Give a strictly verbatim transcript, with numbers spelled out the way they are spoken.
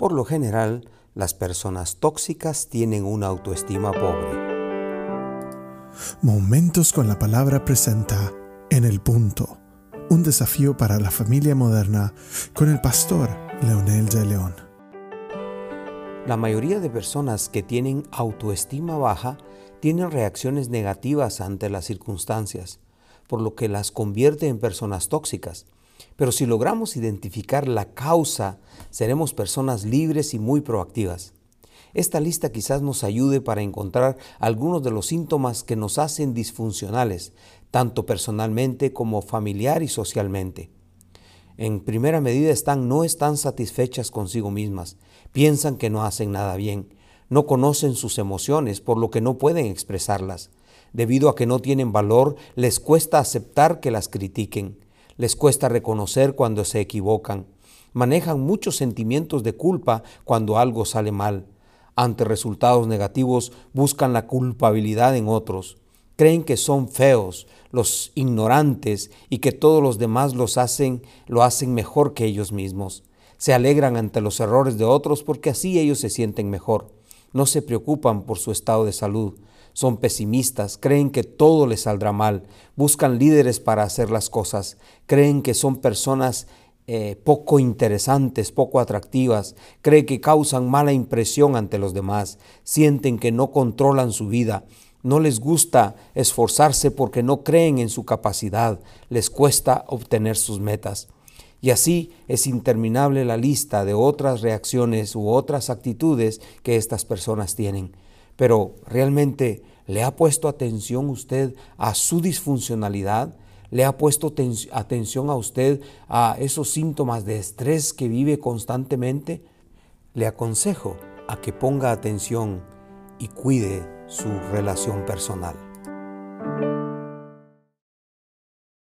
Por lo general, las personas tóxicas tienen una autoestima pobre. Momentos con la Palabra presenta En el Punto, un desafío para la familia moderna con el pastor Leonel de León. La mayoría de personas que tienen autoestima baja tienen reacciones negativas ante las circunstancias, por lo que las convierte en personas tóxicas. Pero si logramos identificar la causa, seremos personas libres y muy proactivas. Esta lista quizás nos ayude para encontrar algunos de los síntomas que nos hacen disfuncionales, tanto personalmente como familiar y socialmente. En primera medida están no están satisfechas consigo mismas, piensan que no hacen nada bien, no conocen sus emociones por lo que no pueden expresarlas. Debido a que no tienen valor, les cuesta aceptar que las critiquen, les cuesta reconocer cuando se equivocan, manejan muchos sentimientos de culpa cuando algo sale mal. Ante resultados negativos buscan la culpabilidad en otros. Creen que son feos, los ignorantes y que todos los demás los hacen, lo hacen mejor que ellos mismos. Se alegran ante los errores de otros porque así ellos se sienten mejor. No se preocupan por su estado de salud. Son pesimistas, creen que todo les saldrá mal. Buscan líderes para hacer las cosas. Creen que son personas Eh, poco interesantes, poco atractivas, creen que causan mala impresión ante los demás, sienten que no controlan su vida, no les gusta esforzarse porque no creen en su capacidad, les cuesta obtener sus metas. Y así es interminable la lista de otras reacciones u otras actitudes que estas personas tienen. Pero ¿realmente le ha puesto atención usted a su disfuncionalidad? ¿Le ha puesto ten- atención a usted a esos síntomas de estrés que vive constantemente? Le aconsejo a que ponga atención y cuide su relación personal.